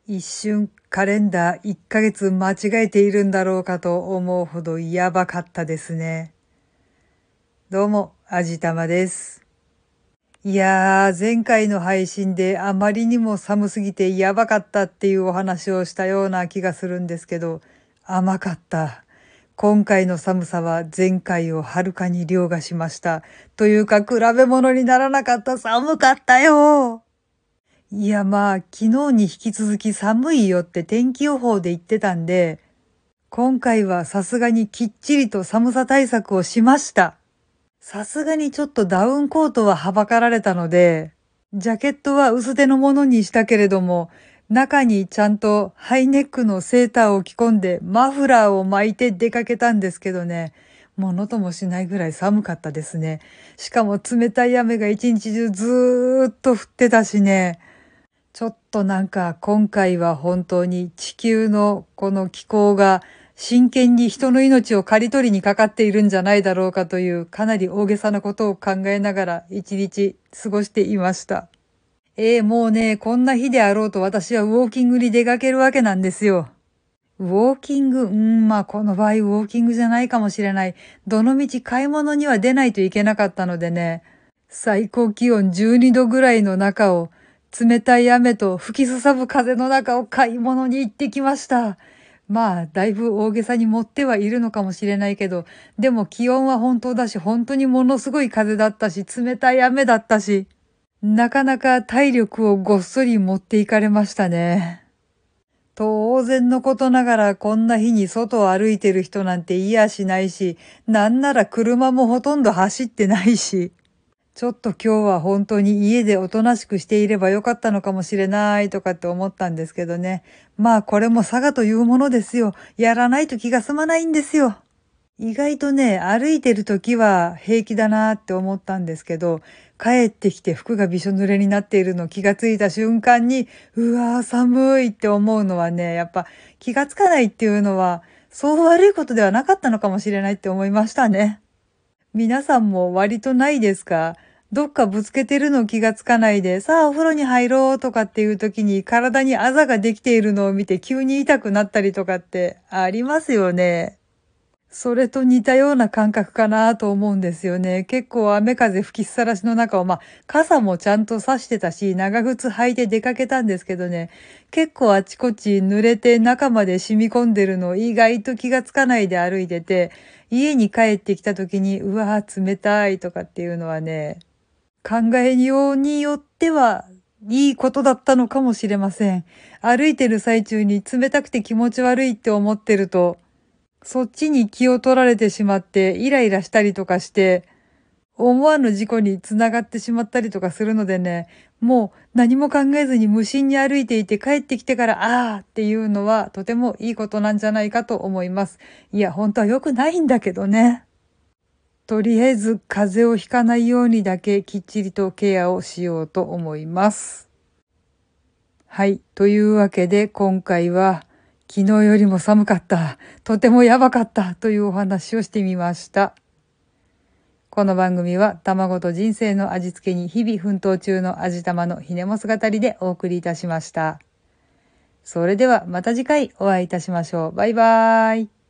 一瞬カレンダー1ヶ月間違えているんだろうかと思うほどやばかったですね。どうも、あじたまです。いやー、前回の配信であまりにも寒すぎてやばかったっていうお話をしたような気がするんですけど、甘かった。今回の寒さは前回をはるかに凌駕しました。というか比べ物にならなかった。寒かったよ。いや昨日に引き続き寒いよって天気予報で言ってたんで、今回はさすがにきっちりと寒さ対策をしました。さすがにちょっとダウンコートははばかられたので、ジャケットは薄手のものにしたけれども、中にちゃんとハイネックのセーターを着込んでマフラーを巻いて出かけたんですけどね、ものともしないぐらい寒かったですね。しかも冷たい雨が一日中ずーっと降ってたしね、ちょっと今回は本当に地球のこの気候が真剣に人の命を刈り取りにかかっているんじゃないだろうかというかなり大げさなことを考えながら一日過ごしていました。もうね、こんな日であろうと私はウォーキングに出かけるわけなんですよ。ウォーキング、この場合ウォーキングじゃないかもしれない。どのみち買い物には出ないといけなかったのでね、最高気温12度ぐらいの中を冷たい雨と吹きすさぶ風の中を買い物に行ってきました。だいぶ大げさに持ってはいるのかもしれないけど、でも気温は本当だし、本当にものすごい風だったし、冷たい雨だったし、なかなか体力をごっそり持っていかれましたね。当然のことながらこんな日に外を歩いてる人なんていやしないし、なんなら車もほとんど走ってないし。ちょっと今日は本当に家でおとなしくしていればよかったのかもしれないとかって思ったんですけどね。これも佐賀というものですよ。やらないと気が済まないんですよ。意外とね、歩いてる時は平気だなって思ったんですけど、帰ってきて服がびしょ濡れになっているの気がついた瞬間に、うわー寒いって思うのはね、やっぱ気がつかないっていうのは、そう悪いことではなかったのかもしれないって思いましたね。皆さんも割とないですか？どっかぶつけてるの気がつかないで、さあお風呂に入ろうとかっていう時に体にあざができているのを見て急に痛くなったりとかってありますよね。それと似たような感覚かなと思うんですよね。結構雨風吹きっさらしの中を、傘もちゃんと差してたし、長靴履いて出かけたんですけどね、結構あちこち濡れて中まで染み込んでるのを意外と気がつかないで歩いてて、家に帰ってきた時に、うわー冷たいとかっていうのはね、考えようによってはいいことだったのかもしれません。歩いてる最中に冷たくて気持ち悪いって思ってると、そっちに気を取られてしまってイライラしたりとかして、思わぬ事故につながってしまったりとかするのでね、もう何も考えずに無心に歩いていて帰ってきてからあーっていうのはとてもいいことなんじゃないかと思います。いや、本当は良くないんだけどね。とりあえず風邪をひかないようにだけきっちりとケアをしようと思います。はい。というわけで今回は昨日よりも寒かった、とてもやばかったというお話をしてみました。この番組は卵と人生の味付けに日々奮闘中の味玉のひねもす語りでお送りいたしました。それではまた次回お会いいたしましょう。バイバーイ。